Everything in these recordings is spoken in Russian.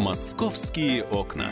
«Московские окна».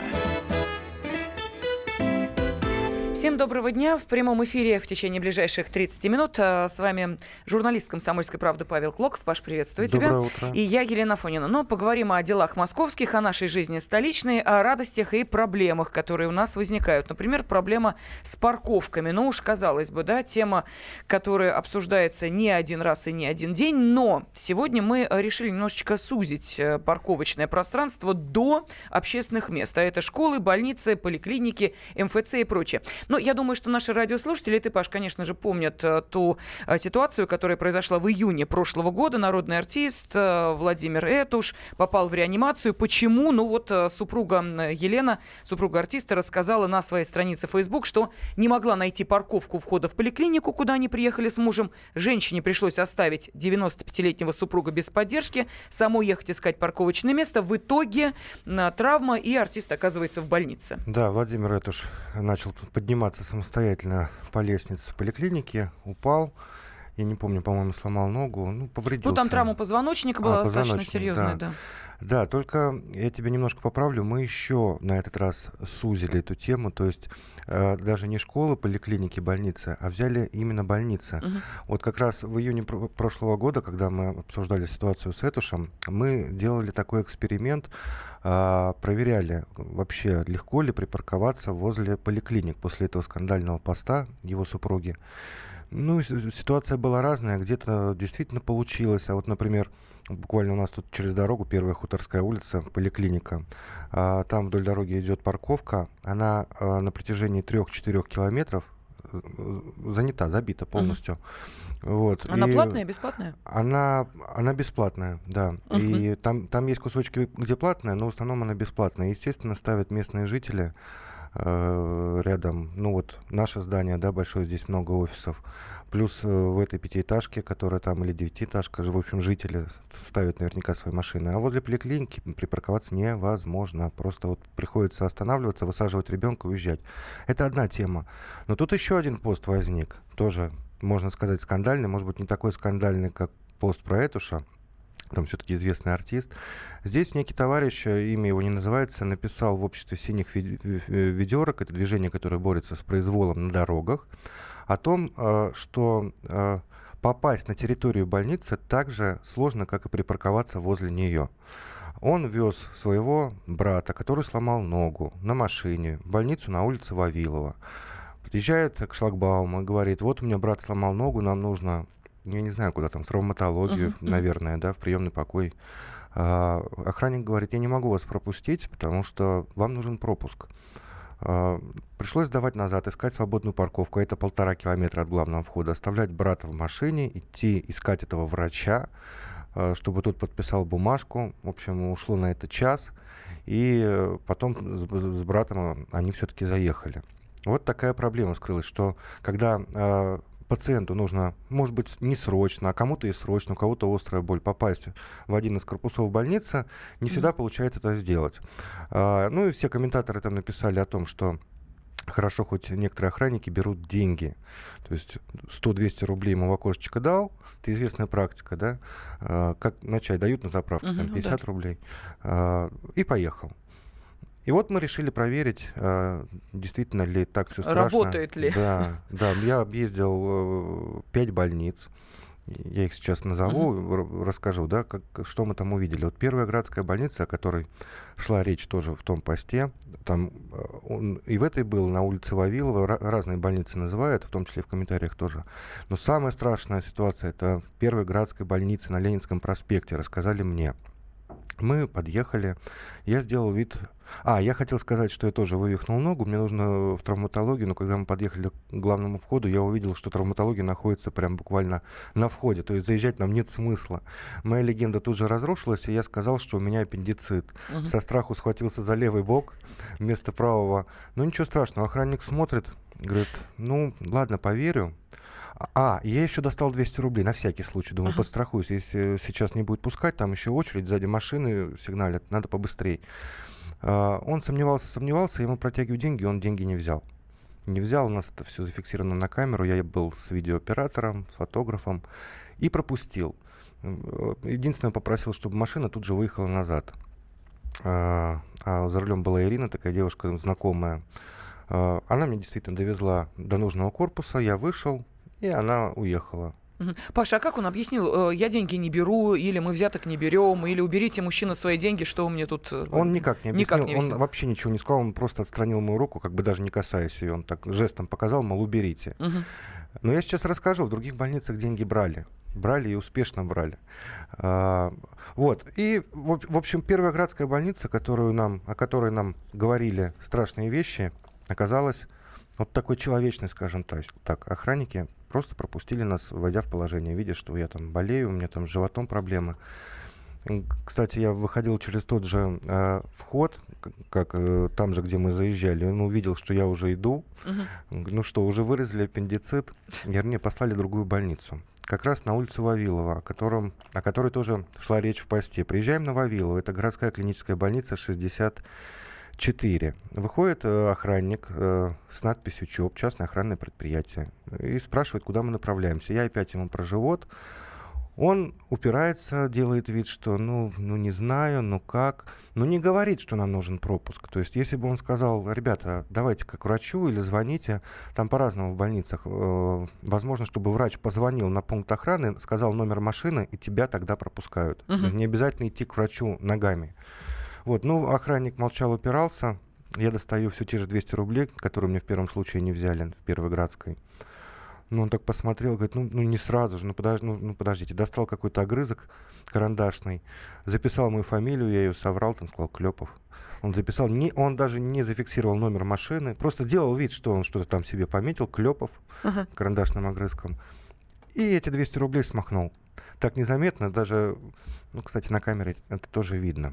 Всем доброго дня. В прямом эфире в течение ближайших 30 минут с вами журналист «Комсомольской правды» Павел Клоков. Паш, приветствую тебя. Доброе утро. И я, Елена Фонина. Но поговорим о делах московских, о нашей жизни столичной, о радостях и проблемах, которые у нас возникают. Например, проблема с парковками. Ну уж, казалось бы, да, тема, которая обсуждается не один раз и не один день. Но сегодня мы решили немножечко сузить парковочное пространство до общественных мест. А это школы, больницы, поликлиники, МФЦ и прочее. Но я думаю, что наши радиослушатели, ты, Паш, конечно же, помнят ту ситуацию, которая произошла в июне прошлого года. Народный артист Владимир Этуш попал в реанимацию. Почему? Ну вот супруга Елена, супруга артиста, рассказала на своей странице Facebook, что не могла найти парковку у входа в поликлинику, куда они приехали с мужем. Женщине пришлось оставить 95-летнего супруга без поддержки, самой ехать искать парковочное место. В итоге травма, и артист оказывается в больнице. Да, Владимир Этуш начал подниматься самостоятельно по лестнице поликлиники, упал, я не помню, по-моему, сломал ногу, повредился. Ну, там травма позвоночника была достаточно серьезная, да. Да, только я тебя немножко поправлю, мы еще на этот раз сузили эту тему, то есть даже не школы, поликлиники, больницы, а взяли именно больницы. Угу. Вот как раз в июне прошлого года, когда мы обсуждали ситуацию с Этушем, мы делали такой эксперимент, проверяли вообще, легко ли припарковаться возле поликлиник после этого скандального поста его супруги. Ну, ситуация была разная, где-то действительно получилось, а вот, например, буквально у нас тут через дорогу, Первая Хуторская улица, поликлиника, там вдоль дороги идет парковка, она на протяжении 3-4 километров занята, забита полностью. Вот. Она платная, бесплатная? Она бесплатная, да. Uh-huh. И там есть кусочки, где платная, но в основном она бесплатная. Естественно, ставят местные жители рядом, наше здание, да, большое, здесь много офисов, плюс в этой пятиэтажке, которая там, или девятиэтажка, в общем, жители ставят наверняка свои машины, а возле поликлиники припарковаться невозможно, просто вот приходится останавливаться, высаживать ребенка и уезжать. Это одна тема. Но тут еще один пост возник, тоже, можно сказать, скандальный, может быть, не такой скандальный, как пост про Этуша, там все-таки известный артист. Здесь некий товарищ, имя его не называется, написал в обществе синих ведерок, это движение, которое борется с произволом на дорогах, о том, что попасть на территорию больницы так же сложно, как и припарковаться возле нее. Он вез своего брата, который сломал ногу, на машине в больницу на улице Вавилова. Подъезжает к шлагбауму и говорит: вот у меня брат сломал ногу, нам нужно... Я не знаю, куда там, в травматологию, наверное, да, в приемный покой. Охранник говорит: я не могу вас пропустить, потому что вам нужен пропуск. Пришлось сдавать назад, искать свободную парковку. Это 1,5 километра от главного входа. Оставлять брата в машине, идти искать этого врача, чтобы тот подписал бумажку. В общем, ушло на это час. И потом с братом они все-таки заехали. Вот такая проблема скрылась, что когда... пациенту нужно, может быть, не срочно, а кому-то и срочно, у кого-то острая боль, попасть в один из корпусов больницы, не всегда получается это сделать. И все комментаторы там написали о том, что хорошо, хоть некоторые охранники берут деньги. То есть 100-200 рублей ему в окошечко дал, это известная практика, да, как на чай дают на заправке, там 50 рублей, и поехал. И вот мы решили проверить, действительно ли так все страшно. Работает ли. Да, я объездил 5 больниц. Я их сейчас назову, расскажу, да, что мы там увидели. Вот Первая городская больница, о которой шла речь тоже в том посте, там и в этой был, на улице Вавилова, разные больницы называют, в том числе в комментариях тоже. Но самая страшная ситуация — это в Первой городской больнице на Ленинском проспекте, рассказали мне. Мы подъехали, я сделал вид... я хотел сказать, что я тоже вывихнул ногу, мне нужно в травматологию, но когда мы подъехали к главному входу, я увидел, что травматология находится прям буквально на входе, то есть заезжать нам нет смысла. Моя легенда тут же разрушилась, и я сказал, что у меня аппендицит. Со страху схватился за левый бок вместо правого. Но ничего страшного, охранник смотрит, говорит: ладно, поверю. Я еще достал 200 рублей на всякий случай. Думаю, подстрахуюсь. Если сейчас не будет пускать, там еще очередь, сзади машины сигналят, надо побыстрее. Он сомневался, я ему протягиваю деньги, он деньги не взял. У нас это все зафиксировано на камеру. Я был с видеооператором, с фотографом и пропустил. Единственное, попросил, чтобы машина тут же выехала назад. А за рулем была Ирина, такая девушка знакомая. Она меня действительно довезла до нужного корпуса, я вышел, и она уехала. Паша, а как он объяснил? Я деньги не беру, или мы взяток не берем, или уберите, мужчина, свои деньги, что у меня тут... Он никак не объяснил, он вообще ничего не сказал, он просто отстранил мою руку, как бы даже не касаясь ее, он так жестом показал, мол, уберите. Но я сейчас расскажу, в других больницах деньги брали и успешно брали. Вот. И, в общем, первая городская больница, о которой нам говорили страшные вещи, оказалась вот такой человечной, скажем так. Охранники просто пропустили нас, войдя в положение, видя, что я там болею, у меня там с животом проблемы. Кстати, я выходил через тот же вход, как там же, где мы заезжали. Он увидел, что я уже иду. Ну что, уже вырезали аппендицит. Мне послали в другую больницу. Как раз на улице Вавилова, о которой тоже шла речь в посте. Приезжаем на Вавилова. Это городская клиническая больница 64. Выходит охранник с надписью ЧОП, частное охранное предприятие, и спрашивает, куда мы направляемся. Я опять ему про живот. Он упирается, делает вид, что ну не знаю, ну как. Но не говорит, что нам нужен пропуск. То есть если бы он сказал, ребята, давайте к врачу или звоните, там по-разному в больницах. Возможно, чтобы врач позвонил на пункт охраны, сказал номер машины, и тебя тогда пропускают. Не обязательно идти к врачу ногами. Вот, охранник молчал, упирался. Я достаю все те же 200 рублей, которые мне в первом случае не взяли, в Первой Градской. Он так посмотрел, говорит, не сразу же, подождите. Достал какой-то огрызок карандашный, записал мою фамилию, я ее соврал, там сказал Клёпов. Он записал, он даже не зафиксировал номер машины, просто сделал вид, что он что-то там себе пометил, Клёпов, карандашным огрызком. И эти 200 рублей смахнул. Так незаметно, даже, кстати, на камере это тоже видно.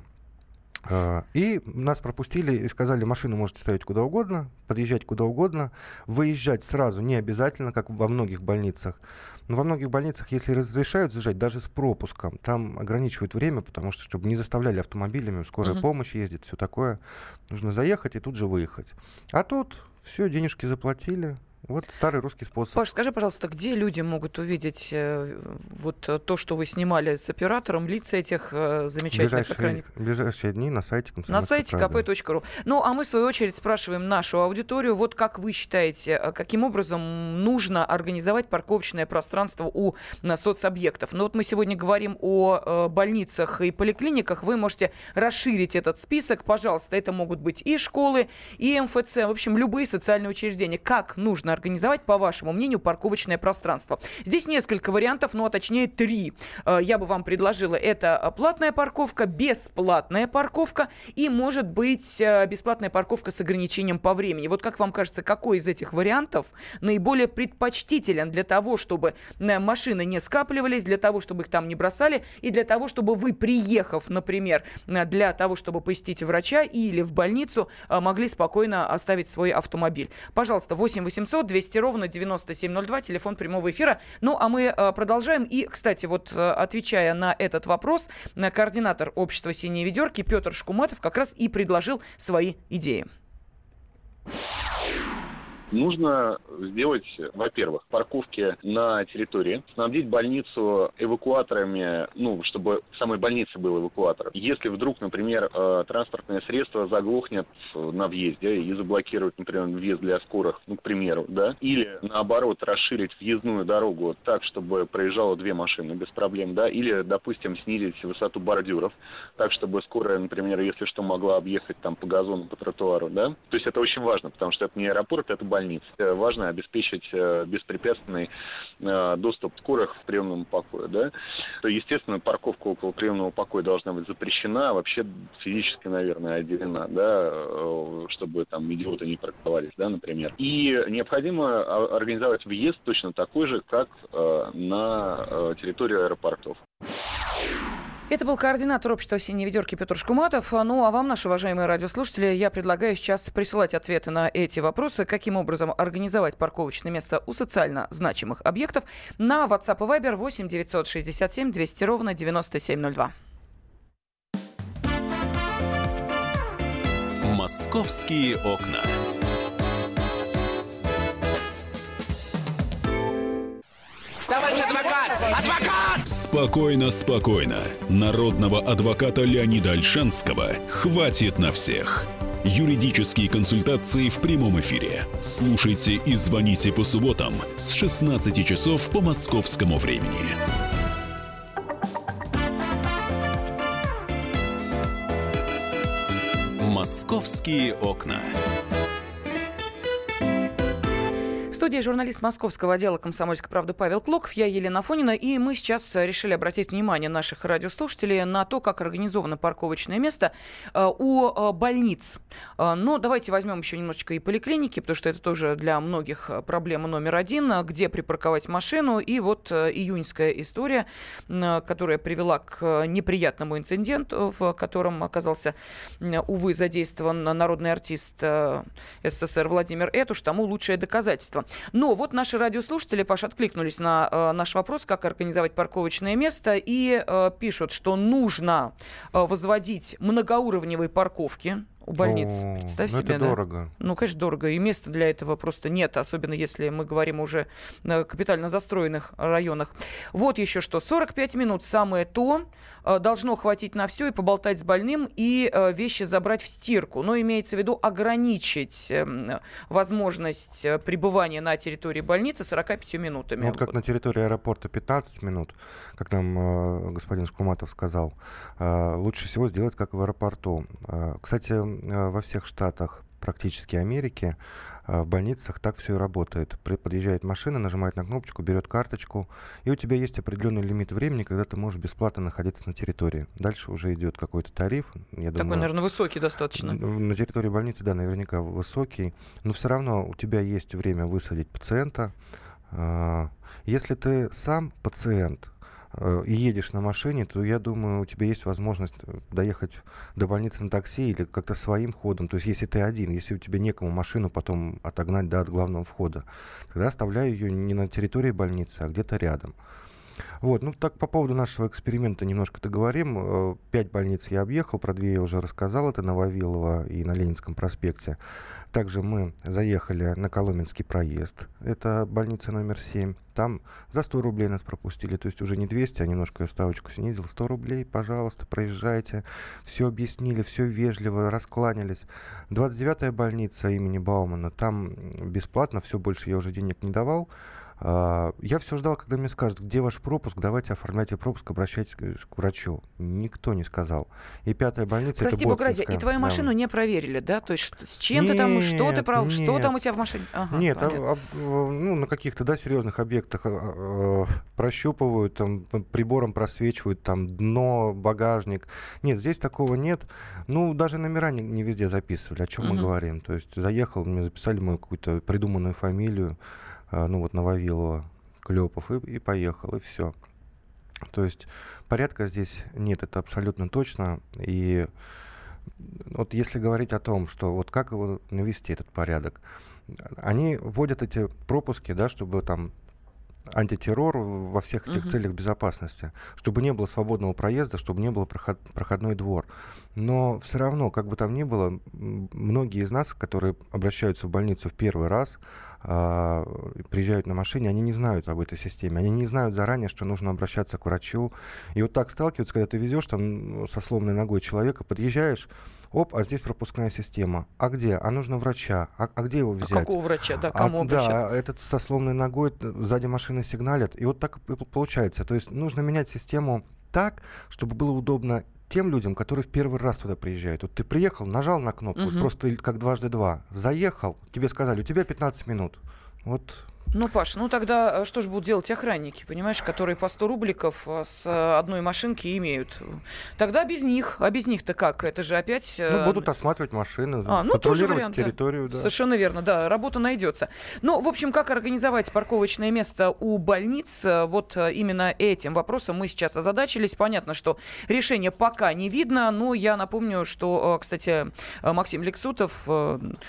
И нас пропустили и сказали, машину можете ставить куда угодно, подъезжать куда угодно, выезжать сразу не обязательно, как во многих больницах. Но во многих больницах, если разрешают заезжать, даже с пропуском, там ограничивают время, потому что, чтобы не заставляли автомобилями, скорая помощь ездит, все такое. Нужно заехать и тут же выехать. А тут все, денежки заплатили. Вот старый русский способ. Паш, скажи, пожалуйста, где люди могут увидеть вот то, что вы снимали с оператором, лица этих замечательных охранников? В ближайшие дни на сайте «Комсомольской правды». На сайте kp.ru. А мы, в свою очередь, спрашиваем нашу аудиторию. Вот как вы считаете, каким образом нужно организовать парковочное пространство у соцобъектов? Мы сегодня говорим о больницах и поликлиниках. Вы можете расширить этот список. Пожалуйста, это могут быть и школы, и МФЦ. В общем, любые социальные учреждения. Как нужно организовать, по вашему мнению, парковочное пространство? Здесь несколько вариантов, а точнее 3. Я бы вам предложила. Это платная парковка, бесплатная парковка и, может быть, бесплатная парковка с ограничением по времени. Вот как вам кажется, какой из этих вариантов наиболее предпочтителен для того, чтобы машины не скапливались, для того, чтобы их там не бросали, и для того, чтобы вы, приехав, например, для того, чтобы посетить врача или в больницу, могли спокойно оставить свой автомобиль? Пожалуйста, 8 800 200 ровно 9702, телефон прямого эфира. А мы продолжаем. И, кстати, отвечая на этот вопрос, координатор общества «Синие ведерки» Петр Шкуматов как раз и предложил свои идеи. Нужно сделать, во-первых, парковки на территории, снабдить больницу эвакуаторами, чтобы в самой больнице был эвакуатор. Если вдруг, например, транспортное средство заглохнет на въезде и заблокирует, например, въезд для скорых, к примеру, да, или наоборот расширить въездную дорогу так, чтобы проезжало 2 машины без проблем, да, или, допустим, снизить высоту бордюров, так, чтобы скорая, например, если что, могла объехать там по газону, по тротуару, да. То есть это очень важно, потому что это не аэропорт, это больница. Важно обеспечить беспрепятственный доступ скорых в приемном покое, да. То, естественно, парковка около приемного покоя должна быть запрещена, вообще физически, наверное, отделена, да, чтобы там идиоты не парковались, да, например. И необходимо организовать въезд точно такой же, как на территорию аэропортов. Это был координатор общества «Синие ведерки» Петр Шкуматов. А вам, наши уважаемые радиослушатели, я предлагаю сейчас присылать ответы на эти вопросы. Каким образом организовать парковочное место у социально значимых объектов на WhatsApp и Viber 8 967 200 ровно 9702. «Московские окна». Товарищ товарищ адвокат! Адвокат! Спокойно, спокойно. Народного адвоката Леонида Ольшанского хватит на всех. Юридические консультации в прямом эфире. Слушайте и звоните по субботам с 16 часов по московскому времени. «Московские окна». В студии журналист московского отдела «Комсомольской правды» Павел Клоков, я Елена Афонина, и мы сейчас решили обратить внимание наших радиослушателей на то, как организовано парковочное место у больниц. Но давайте возьмем еще немножечко и поликлиники, потому что это тоже для многих проблема номер один, где припарковать машину. И вот июньская история, которая привела к неприятному инциденту, в котором оказался, увы, задействован народный артист СССР Владимир Этуш, тому лучшее доказательство. Но вот наши радиослушатели, Паш, откликнулись на наш вопрос, как организовать парковочное место, и пишут, что нужно возводить многоуровневые парковки у больниц. Представь себе, это да? дорого. Ну, конечно, дорого. И места для этого просто нет, особенно если мы говорим уже о капитально застроенных районах. Вот еще что. 45 минут самое то. Должно хватить на все и поболтать с больным, и вещи забрать в стирку. Но имеется в виду ограничить возможность пребывания на территории больницы 45 минутами. Ну, вот как на территории аэропорта 15 минут, как нам господин Шкуматов сказал, лучше всего сделать как в аэропорту. Кстати, во всех штатах практически Америки в больницах так все и работает. Подъезжает машина, нажимает на кнопочку, берет карточку, и у тебя есть определенный лимит времени, когда ты можешь бесплатно находиться на территории. Дальше уже идет какой-то тариф. Я Такой, думаю, наверное, высокий достаточно. На территории больницы, да, наверняка высокий, но все равно у тебя есть время высадить пациента. Если ты сам пациент и едешь на машине, то, я думаю, у тебя есть возможность доехать до больницы на такси или как-то своим ходом. То есть, если ты один, если у тебя некому машину потом отогнать, да, от главного входа, тогда оставляю ее не на территории больницы, а где-то рядом. Вот, ну так по поводу нашего эксперимента немножко договорим. 5 больниц я объехал, про 2 я уже рассказал, это на Вавилова и на Ленинском проспекте. Также мы заехали на Коломенский проезд, это больница номер 7. Там за 100 рублей нас пропустили, то есть уже не 200, а немножко я ставочку снизил. 100 рублей, пожалуйста, проезжайте. Все объяснили, все вежливо, раскланялись. 29-я больница имени Баумана, там бесплатно, все, больше я уже денег не давал. Я все ждал, когда мне скажут, где ваш пропуск, давайте оформляйте пропуск, обращайтесь к врачу. Никто не сказал. И 5-я больница, прости, это Боткинская. И твою машину не проверили, да? То есть с чем ты там, что ты брал, что там у тебя в машине? Ага, нет, ну, на каких-то, да, серьезных объектах прощупывают, там, прибором просвечивают, там, дно, багажник. Нет, здесь такого нет. Ну, даже номера не везде записывали, о чем мы говорим. То есть заехал, мне записали мою какую-то придуманную фамилию, ну вот на Вавилова, Клёпов, и поехал, и все. То есть порядка здесь нет, это абсолютно точно. И вот если говорить о том, что вот как его навести, этот порядок, они вводят эти пропуски, да, чтобы там антитеррор во всех этих целях безопасности, чтобы не было свободного проезда, чтобы не было проходной двор. Но все равно, как бы там ни было, многие из нас, которые обращаются в больницу в первый раз, приезжают на машине, они не знают об этой системе, они не знают заранее, что нужно обращаться к врачу. И вот так сталкиваются, когда ты везешь там со сломанной ногой человека, подъезжаешь, оп, а здесь пропускная система. А где? А нужно врача. А где его взять? Какого врача? Да, кому обращаться? Да, этот со сломанной ногой, сзади машины сигналят. И вот так и получается. То есть нужно менять систему так, чтобы было удобно тем людям, которые в первый раз туда приезжают. Вот ты приехал, нажал на кнопку, вот просто как 2x2, заехал, тебе сказали, у тебя 15 минут. Вот. Ну, Паш, ну тогда что же будут делать охранники, понимаешь, которые по 100 рубликов с одной машинки имеют? Тогда без них. А без них-то как? Это же опять... Ну, будут осматривать машины, патрулировать вариант, территорию. Да. Совершенно верно, да, работа найдется. Ну, в общем, как организовать парковочное место у больниц? Вот именно этим вопросом мы сейчас озадачились. Понятно, что решения пока не видно, но я напомню, что, кстати, Максим Лексутов...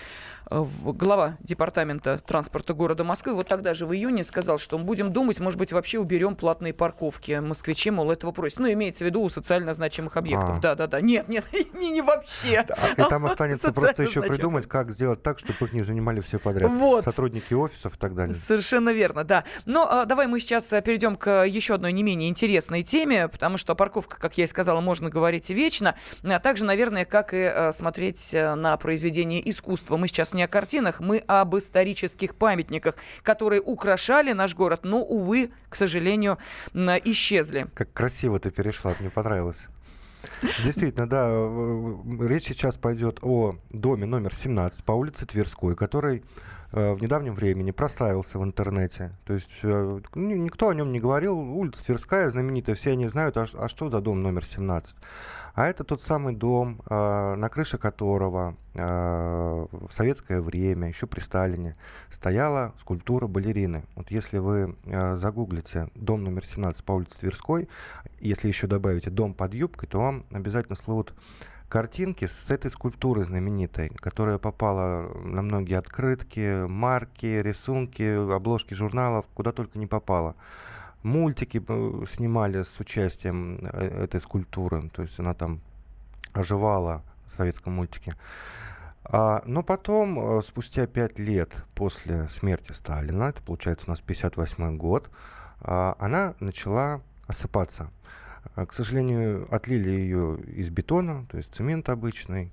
глава департамента транспорта города Москвы, вот тогда же в июне сказал, что мы будем думать, может быть, вообще уберем платные парковки. Москвичи, мол, этого просят. Ну, имеется в виду у социально значимых объектов. Да-да-да. Нет, не вообще. И там останется просто еще придумать, как сделать так, чтобы их не занимали все подряд. Вот. Сотрудники офисов и так далее. Совершенно верно, да. Но давай мы сейчас перейдем к еще одной не менее интересной теме, потому что о парковках, как я и сказала, можно говорить и вечно, а также, наверное, как и смотреть на произведение искусства. Мы сейчас не о картинах, мы об исторических памятниках, которые украшали наш город, но, увы, к сожалению, исчезли. Как красиво ты перешла, мне понравилось. Действительно, да, речь сейчас пойдет о доме номер 17 по улице Тверской, который в недавнем времени прославился в интернете. То есть никто о нем не говорил. Улица Тверская знаменитая, все они знают, а что за дом номер 17? А это тот самый дом, на крыше которого в советское время, еще при Сталине, стояла скульптура балерины. Вот если вы загуглите дом номер 17 по улице Тверской, если еще добавите дом под юбкой, то вам обязательно всплывут картинки с этой скульптуры знаменитой, которая попала на многие открытки, марки, рисунки, обложки журналов, куда только не попала. Мультики снимали с участием этой скульптуры, то есть она там оживала в советском мультике. Но потом, спустя 5 лет после смерти Сталина, это получается у нас 1958 год, она начала осыпаться. К сожалению, отлили ее из бетона, то есть цемент обычный,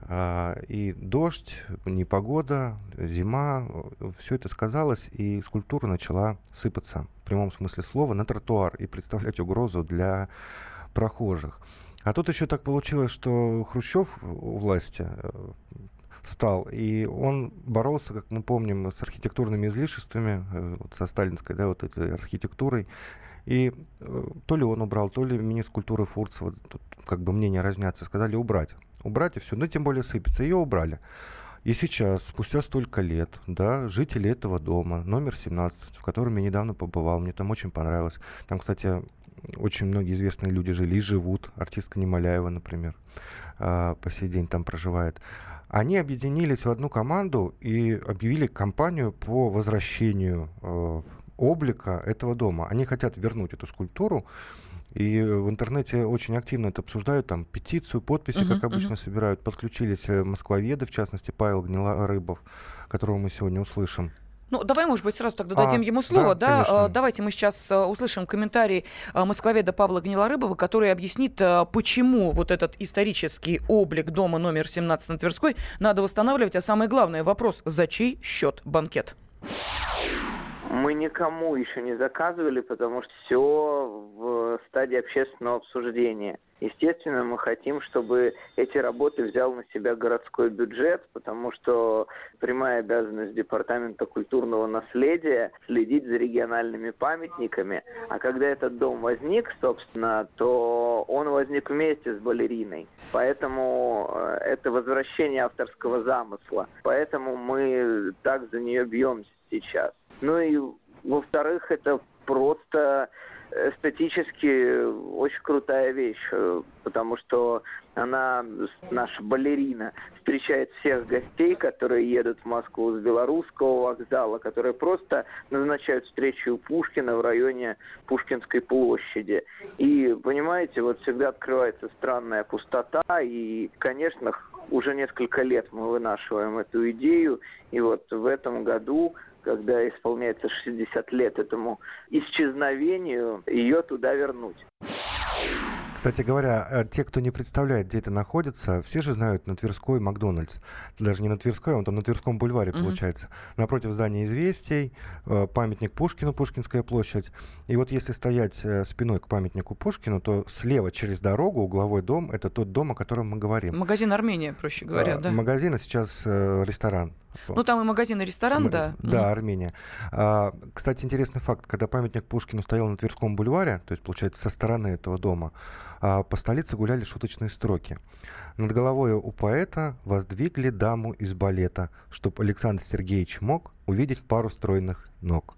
и дождь, непогода, зима, все это сказалось, и скульптура начала сыпаться, в прямом смысле слова, на тротуар и представлять угрозу для прохожих. А тут еще так получилось, что Хрущев у власти стал, и он боролся, как мы помним, с архитектурными излишествами, со сталинской, да, вот этой архитектурой. И то ли он убрал, то ли министр культуры Фурцева, тут как бы мнения разнятся, сказали убрать. Убрать и все, ну тем более сыпется. Ее убрали. И сейчас, спустя столько лет, да, жители этого дома, номер 17, в котором я недавно побывал, мне там очень понравилось. Там, кстати, очень многие известные люди жили и живут. Артистка Немоляева, например, по сей день там проживает. Они объединились в одну команду и объявили кампанию по возвращению облика этого дома. Они хотят вернуть эту скульптуру, и в интернете очень активно это обсуждают, там петицию, подписи, как обычно, собирают. Подключились москвоведы, в частности, Павел Гнилорыбов, которого мы сегодня услышим. Ну, давай, может быть, сразу тогда дадим ему слово. Да? Давайте мы сейчас услышим комментарий москвоведа Павла Гнилорыбова, который объяснит, почему вот этот исторический облик дома номер 17 на Тверской надо восстанавливать. А самое главное, вопрос, за чей счет банкет? Мы никому еще не заказывали, потому что все в стадии общественного обсуждения. Естественно, мы хотим, чтобы эти работы взял на себя городской бюджет, потому что прямая обязанность Департамента культурного наследия следить за региональными памятниками. А когда этот дом возник, собственно, то он возник вместе с балериной. Поэтому это возвращение авторского замысла. Поэтому мы так за нее бьемся сейчас. Ну и, во-вторых, это просто эстетически очень крутая вещь, потому что она, наша балерина, встречает всех гостей, которые едут в Москву с Белорусского вокзала, которые просто назначают встречу у Пушкина в районе Пушкинской площади. И, понимаете, вот всегда открывается странная пустота, и, конечно, уже несколько лет мы вынашиваем эту идею, и вот в этом году, когда исполняется 60 лет этому исчезновению, ее туда вернуть. Кстати говоря, те, кто не представляет, где это находится, все же знают на Тверской Макдональдс. Даже не на Тверской, он там на Тверском бульваре, получается. Напротив здания «Известий», памятник Пушкину, Пушкинская площадь. И вот если стоять спиной к памятнику Пушкину, то слева через дорогу угловой дом — это тот дом, о котором мы говорим. Магазин «Армения», проще говоря, да? Магазин, а сейчас ресторан. Ну, там и магазин, и ресторан, да. Да, Армения. Кстати, интересный факт. Когда памятник Пушкину стоял на Тверском бульваре, то есть, получается, со стороны этого дома, по столице гуляли шуточные строки. Над головой у поэта воздвигли даму из балета, чтоб Александр Сергеевич мог увидеть пару стройных ног.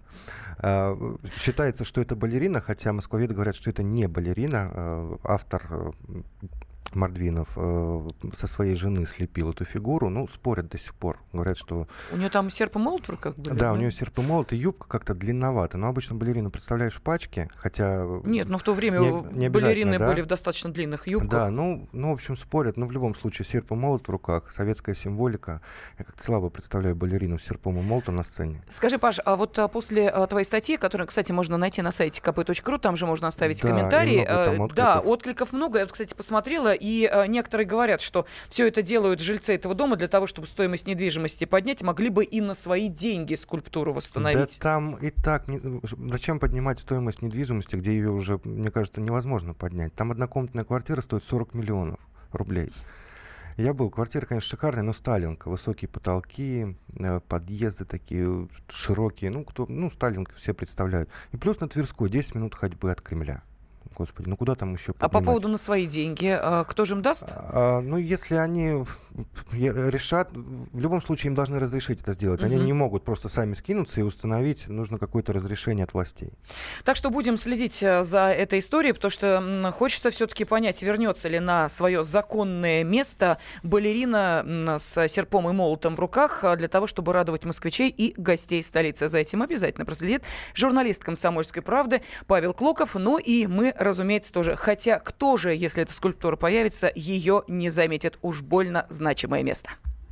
Считается, что это балерина, хотя москвоведы говорят, что это не балерина. Автор Мордвинов со своей жены слепил эту фигуру, ну, спорят до сих пор. Говорят, что... У нее там серп и молот в руках были? Да, у нее серп и молот, и юбка как-то длинновата. Но обычно балерину представляешь в пачке, хотя... Нет, но в то время не балерины да? были в достаточно длинных юбках. Да, ну, в общем, спорят. Но в любом случае серп и молот в руках, советская символика. Я как-то слабо представляю балерину с серпом и молотом на сцене. Скажи, Паш, а вот после твоей статьи, которую, кстати, можно найти на сайте kp.ru, там же можно оставить комментарии. Да, откликов много. Я, кстати, посмотрела, и некоторые говорят, что все это делают жильцы этого дома для того, чтобы стоимость недвижимости поднять, могли бы и на свои деньги скульптуру восстановить. Да там и так... Зачем поднимать стоимость недвижимости, где ее уже, мне кажется, невозможно поднять? Там однокомнатная квартира стоит 40 миллионов рублей. Я был, квартира, конечно, шикарная, но сталинка. Высокие потолки, подъезды такие широкие. Сталинка все представляют. И плюс на Тверской 10 минут ходьбы от Кремля. Господи, ну куда там еще поднимать? А по поводу на свои деньги, кто же им даст? Если они решат, в любом случае им должны разрешить это сделать. Они не могут просто сами скинуться и установить, нужно какое-то разрешение от властей. Так что будем следить за этой историей, потому что хочется все-таки понять, вернется ли на свое законное место балерина с серпом и молотом в руках для того, чтобы радовать москвичей и гостей столицы. За этим обязательно проследит журналист «Комсомольской правды» Павел Клоков. Ну и мы, разумеется, тоже. Хотя кто же, если эта скульптура появится, ее не заметит? Уж больно значимое место.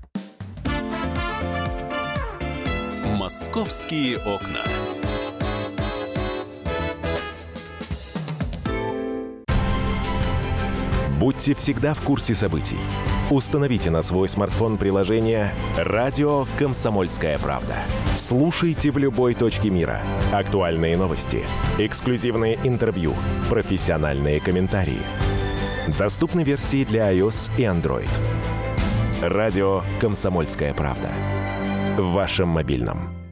«Московские окна». Будьте всегда в курсе событий. Установите на свой смартфон приложение «Радио Комсомольская правда». Слушайте в любой точке мира. Актуальные новости, эксклюзивные интервью, профессиональные комментарии. Доступны версии для iOS и Android. «Радио Комсомольская правда». В вашем мобильном.